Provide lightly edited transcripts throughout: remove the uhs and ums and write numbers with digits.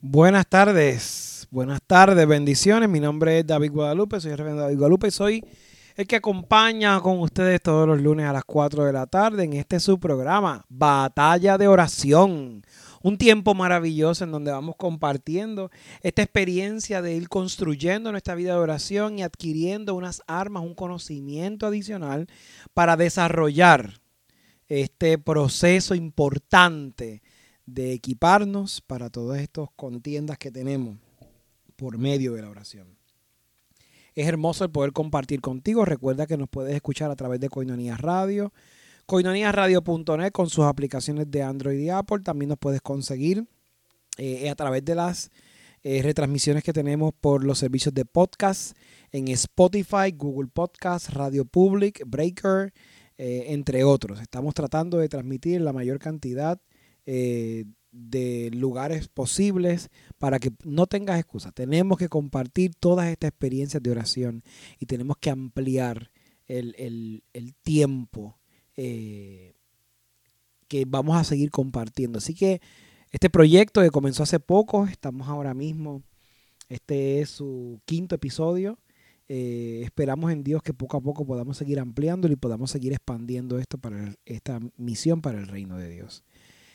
Buenas tardes, bendiciones. Mi nombre es David Guadalupe, soy el reverendo David Guadalupe y soy el que acompaña con ustedes todos los lunes a las 4 de la tarde en este su programa, Batalla de Oración. Un tiempo maravilloso en donde vamos compartiendo esta experiencia de ir construyendo nuestra vida de oración y adquiriendo unas armas, un conocimiento adicional para desarrollar este proceso importante de equiparnos para todas estas contiendas que tenemos por medio de la oración. Es hermoso el poder compartir contigo. Recuerda que nos puedes escuchar a través de Koinonías Radio, koinoniasradio.net con sus aplicaciones de Android y Apple. También nos puedes conseguir a través de las retransmisiones que tenemos por los servicios de podcast en Spotify, Google Podcast, Radio Public, Breaker, entre otros. Estamos tratando de transmitir la mayor cantidad de lugares posibles para que no tengas excusa. Tenemos que compartir todas estas experiencias de oración y tenemos que ampliar el tiempo que vamos a seguir compartiendo. Así que este proyecto que comenzó hace poco, estamos ahora mismo, este es su 5º episodio. Esperamos en Dios que poco a poco podamos seguir ampliándolo y podamos seguir expandiendo esto para esta misión para el reino de Dios.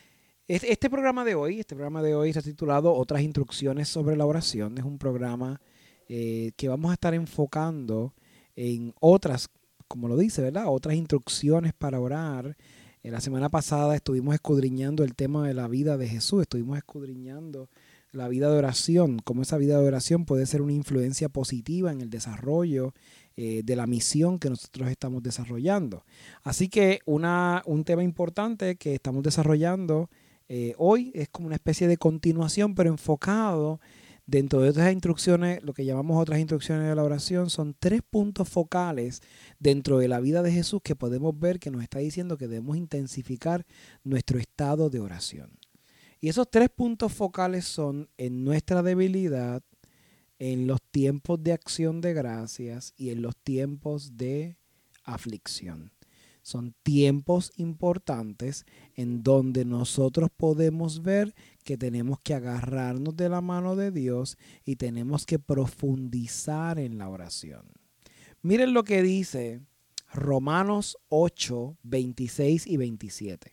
Este programa de hoy está titulado Otras instrucciones sobre la oración. Es un programa que vamos a estar enfocando en otras, como lo dice, ¿verdad? Otras instrucciones para orar. La semana pasada estuvimos escudriñando el tema de la vida de Jesús, estuvimos escudriñando la vida de oración, cómo esa vida de oración puede ser una influencia positiva en el desarrollo de la misión que nosotros estamos desarrollando. Así que un tema importante que estamos desarrollando hoy es como una especie de continuación, pero enfocado dentro de otras instrucciones, lo que llamamos otras instrucciones de la oración. Son 3 puntos focales dentro de la vida de Jesús que podemos ver que nos está diciendo que debemos intensificar nuestro estado de oración. Y esos 3 puntos focales son en nuestra debilidad, en los tiempos de acción de gracias y en los tiempos de aflicción. Son tiempos importantes en donde nosotros podemos ver que tenemos que agarrarnos de la mano de Dios y tenemos que profundizar en la oración. Miren lo que dice Romanos 8, 26 y 27.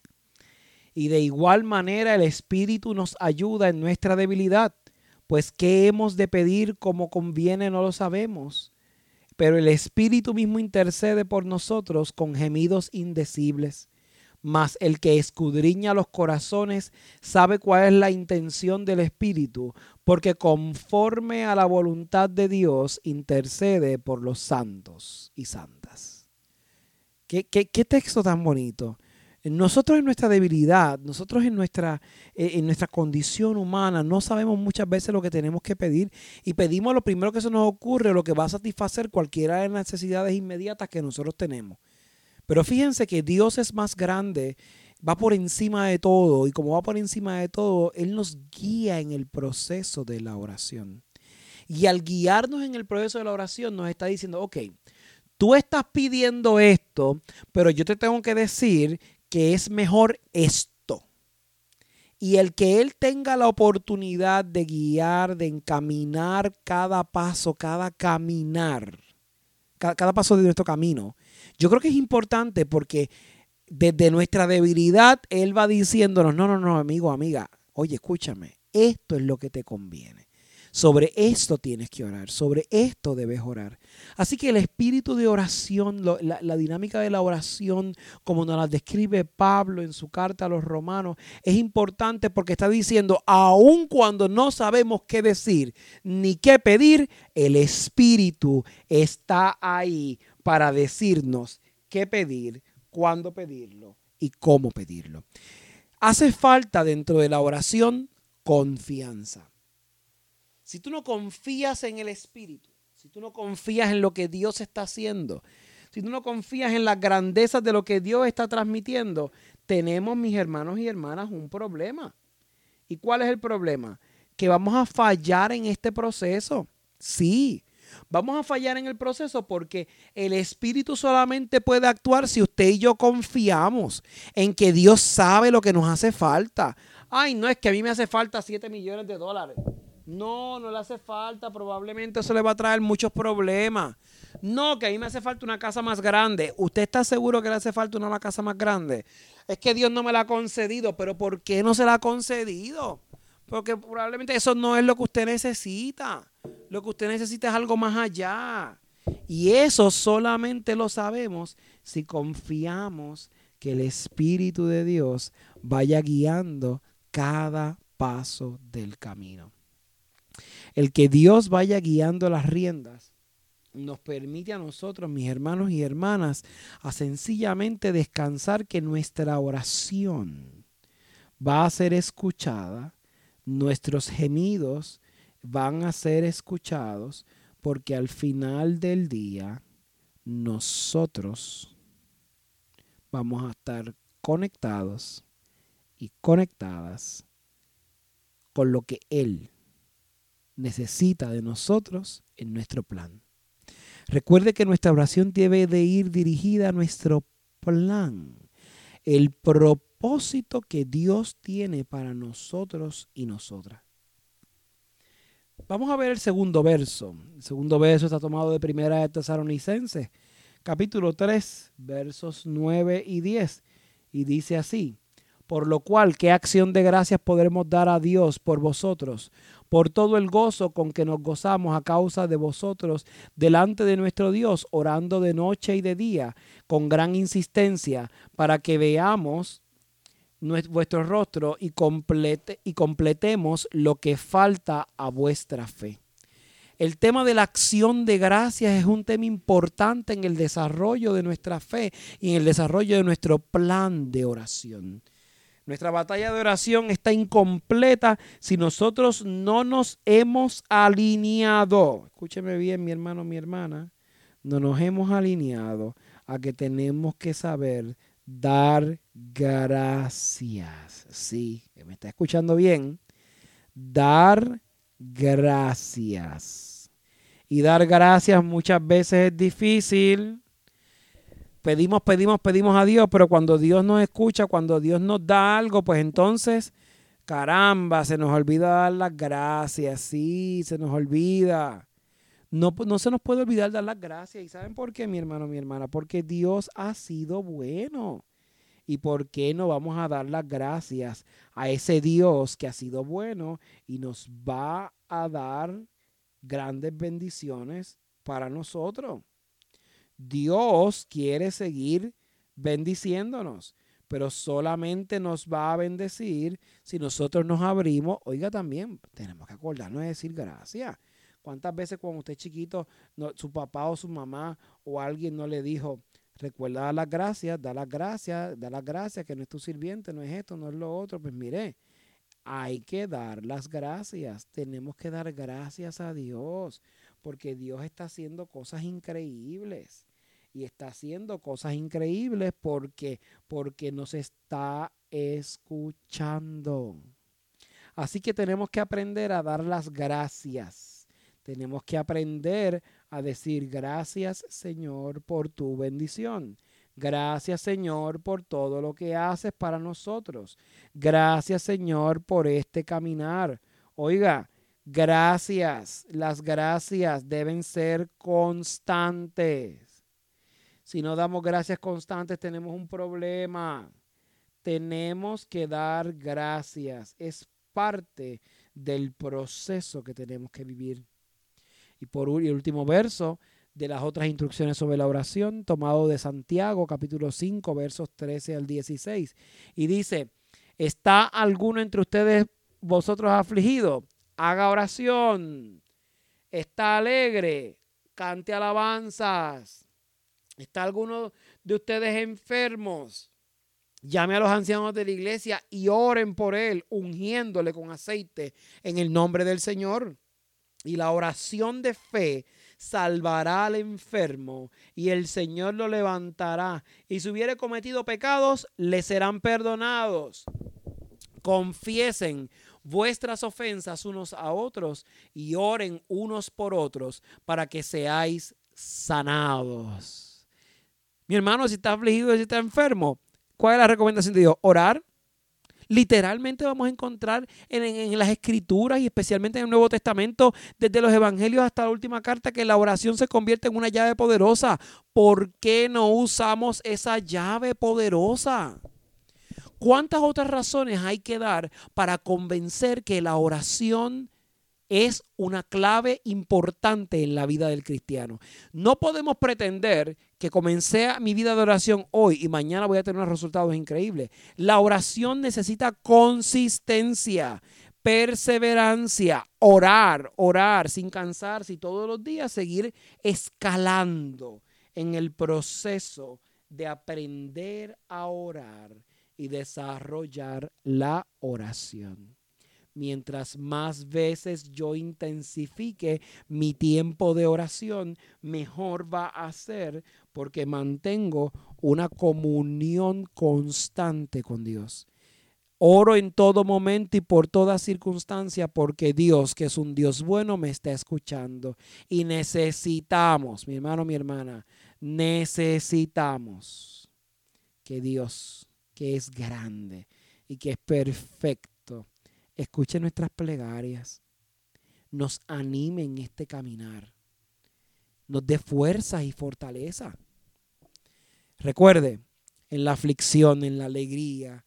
Y de igual manera el Espíritu nos ayuda en nuestra debilidad, pues ¿qué hemos de pedir como conviene no lo sabemos? Pero el Espíritu mismo intercede por nosotros con gemidos indecibles. Mas el que escudriña los corazones sabe cuál es la intención del Espíritu, porque conforme a la voluntad de Dios intercede por los santos y santas. ¿Qué texto tan bonito? Nosotros en nuestra debilidad, nosotros en nuestra condición humana no sabemos muchas veces lo que tenemos que pedir y pedimos lo primero que se nos ocurre, lo que va a satisfacer cualquiera de las necesidades inmediatas que nosotros tenemos. Pero fíjense que Dios es más grande, va por encima de todo y como va por encima de todo, Él nos guía en el proceso de la oración. Y al guiarnos en el proceso de la oración nos está diciendo, ok, tú estás pidiendo esto, pero yo te tengo que decir que es mejor esto. Y el que Él tenga la oportunidad de guiar, de encaminar cada paso, cada paso de nuestro camino, yo creo que es importante porque desde nuestra debilidad Él va diciéndonos, no, amigo, amiga, oye, escúchame, esto es lo que te conviene. Sobre esto tienes que orar, sobre esto debes orar. Así que el espíritu de oración, la dinámica de la oración, como nos la describe Pablo en su carta a los romanos, es importante porque está diciendo, aun cuando no sabemos qué decir ni qué pedir, el espíritu está ahí para decirnos qué pedir, cuándo pedirlo y cómo pedirlo. Hace falta dentro de la oración confianza. Si tú no confías en el Espíritu, si tú no confías en lo que Dios está haciendo, si tú no confías en las grandezas de lo que Dios está transmitiendo, tenemos, mis hermanos y hermanas, un problema. ¿Y cuál es el problema? Que vamos a fallar en este proceso. Sí, vamos a fallar en el proceso porque el Espíritu solamente puede actuar si usted y yo confiamos en que Dios sabe lo que nos hace falta. Ay, no, es que a mí me hace falta 7 millones de dólares. No, no le hace falta. Probablemente eso le va a traer muchos problemas. No, que a mí me hace falta una casa más grande. ¿Usted está seguro que le hace falta una casa más grande? Es que Dios no me la ha concedido. ¿Pero por qué no se la ha concedido? Porque probablemente eso no es lo que usted necesita. Lo que usted necesita es algo más allá. Y eso solamente lo sabemos si confiamos que el Espíritu de Dios vaya guiando cada paso del camino. El que Dios vaya guiando las riendas nos permite a nosotros, mis hermanos y hermanas, a sencillamente descansar que nuestra oración va a ser escuchada, nuestros gemidos van a ser escuchados, porque al final del día nosotros vamos a estar conectados y conectadas con lo que Él necesita de nosotros en nuestro plan. Recuerde que nuestra oración debe de ir dirigida a nuestro plan, el propósito que Dios tiene para nosotros y nosotras. Vamos a ver el segundo verso. El segundo verso está tomado de Primera de Tesalonicenses, capítulo 3, versos 9 y 10. Y dice así: por lo cual, ¿qué acción de gracias podremos dar a Dios por vosotros? Por todo el gozo con que nos gozamos a causa de vosotros delante de nuestro Dios, orando de noche y de día, con gran insistencia, para que veamos vuestro rostro y completemos lo que falta a vuestra fe. El tema de la acción de gracias es un tema importante en el desarrollo de nuestra fe y en el desarrollo de nuestro plan de oración. Nuestra batalla de oración está incompleta si nosotros no nos hemos alineado. Escúcheme bien, mi hermano, mi hermana. No nos hemos alineado a que tenemos que saber dar gracias. Sí, me está escuchando bien. Dar gracias. Y dar gracias muchas veces es difícil. Pedimos a Dios, pero cuando Dios nos escucha, cuando Dios nos da algo, pues entonces, caramba, se nos olvida dar las gracias. Sí, se nos olvida. No se nos puede olvidar dar las gracias. ¿Y saben por qué, mi hermano, mi hermana? Porque Dios ha sido bueno. ¿Y por qué no vamos a dar las gracias a ese Dios que ha sido bueno y nos va a dar grandes bendiciones para nosotros? Dios quiere seguir bendiciéndonos, pero solamente nos va a bendecir si nosotros nos abrimos. Oiga, también tenemos que acordarnos de decir gracias. ¿Cuántas veces cuando usted es chiquito, su papá o su mamá o alguien no le dijo: recuerda dar las gracias, que no es tu sirviente, no es esto, no es lo otro? Pues mire, hay que dar las gracias. Tenemos que dar gracias a Dios, porque Dios está haciendo cosas increíbles. Y está haciendo cosas increíbles porque nos está escuchando. Así que tenemos que aprender a dar las gracias. Tenemos que aprender a decir: gracias, Señor, por tu bendición. Gracias, Señor, por todo lo que haces para nosotros. Gracias, Señor, por este caminar. Oiga, gracias. Las gracias deben ser constantes. Si no damos gracias constantes, tenemos un problema. Tenemos que dar gracias. Es parte del proceso que tenemos que vivir. Y por el último verso de las otras instrucciones sobre la oración, tomado de Santiago, capítulo 5, versos 13 al 16. Y dice: ¿está alguno entre ustedes vosotros afligido? Haga oración. ¿Está alegre? Cante alabanzas. ¿Está alguno de ustedes enfermos? Llame a los ancianos de la iglesia y oren por él, ungiéndole con aceite en el nombre del Señor. Y la oración de fe salvará al enfermo y el Señor lo levantará. Y si hubiere cometido pecados, le serán perdonados. Confiesen vuestras ofensas unos a otros y oren unos por otros para que seáis sanados. Mi hermano, si está afligido, si está enfermo, ¿cuál es la recomendación de Dios? Orar. Literalmente vamos a encontrar en las Escrituras y especialmente en el Nuevo Testamento, desde los Evangelios hasta la última carta, que la oración se convierte en una llave poderosa. ¿Por qué no usamos esa llave poderosa? ¿Cuántas otras razones hay que dar para convencer que la oración es una clave importante en la vida del cristiano? No podemos pretender que comencé mi vida de oración hoy y mañana voy a tener unos resultados increíbles. La oración necesita consistencia, perseverancia, orar sin cansarse y todos los días seguir escalando en el proceso de aprender a orar y desarrollar la oración. Mientras más veces yo intensifique mi tiempo de oración, mejor va a ser, porque mantengo una comunión constante con Dios. Oro en todo momento y por toda circunstancia, porque Dios, que es un Dios bueno, me está escuchando. Y necesitamos, mi hermano, mi hermana, necesitamos que Dios, que es grande y que es perfecto, escuche nuestras plegarias, nos anime en este caminar, nos dé fuerza y fortaleza. Recuerde, en la aflicción, en la alegría,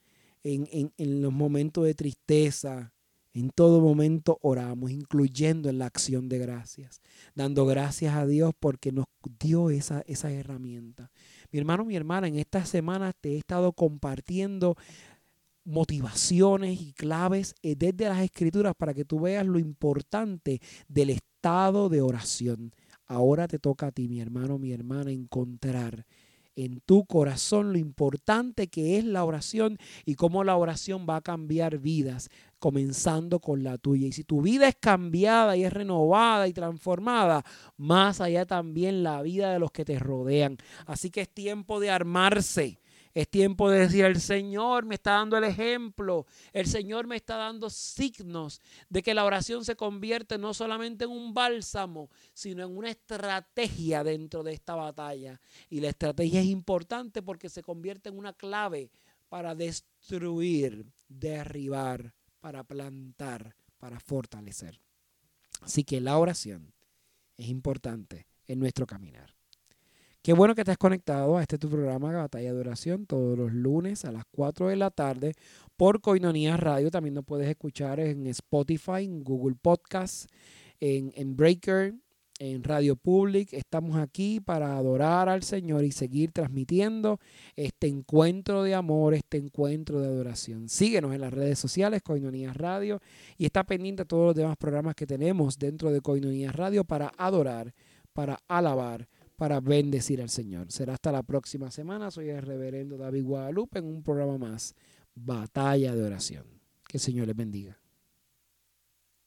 en los momentos de tristeza, en todo momento oramos, incluyendo en la acción de gracias, dando gracias a Dios porque nos dio esa herramienta. Mi hermano, mi hermana, en estas semanas te he estado compartiendo motivaciones y claves desde las Escrituras para que tú veas lo importante del estado de oración. Ahora te toca a ti, mi hermano, mi hermana, encontrar en tu corazón lo importante que es la oración y cómo la oración va a cambiar vidas, comenzando con la tuya. Y si tu vida es cambiada y es renovada y transformada, más allá también la vida de los que te rodean. Así que es tiempo de armarse. Es tiempo de decir, el Señor me está dando el ejemplo, el Señor me está dando signos de que la oración se convierte no solamente en un bálsamo, sino en una estrategia dentro de esta batalla. Y la estrategia es importante porque se convierte en una clave para destruir, derribar, para plantar, para fortalecer. Así que la oración es importante en nuestro caminar. Qué bueno que estás conectado a tu programa Batalla de Oración todos los lunes a las 4 de la tarde por Koinonías Radio. También nos puedes escuchar en Spotify, en Google Podcasts, en Breaker, en Radio Public. Estamos aquí para adorar al Señor y seguir transmitiendo este encuentro de amor, este encuentro de adoración. Síguenos en las redes sociales, Koinonías Radio, y está pendiente de todos los demás programas que tenemos dentro de Koinonías Radio para adorar, para alabar, para bendecir al Señor. Será hasta la próxima semana. Soy el reverendo David Guadalupe en un programa más, Batalla de Oración. Que el Señor les bendiga.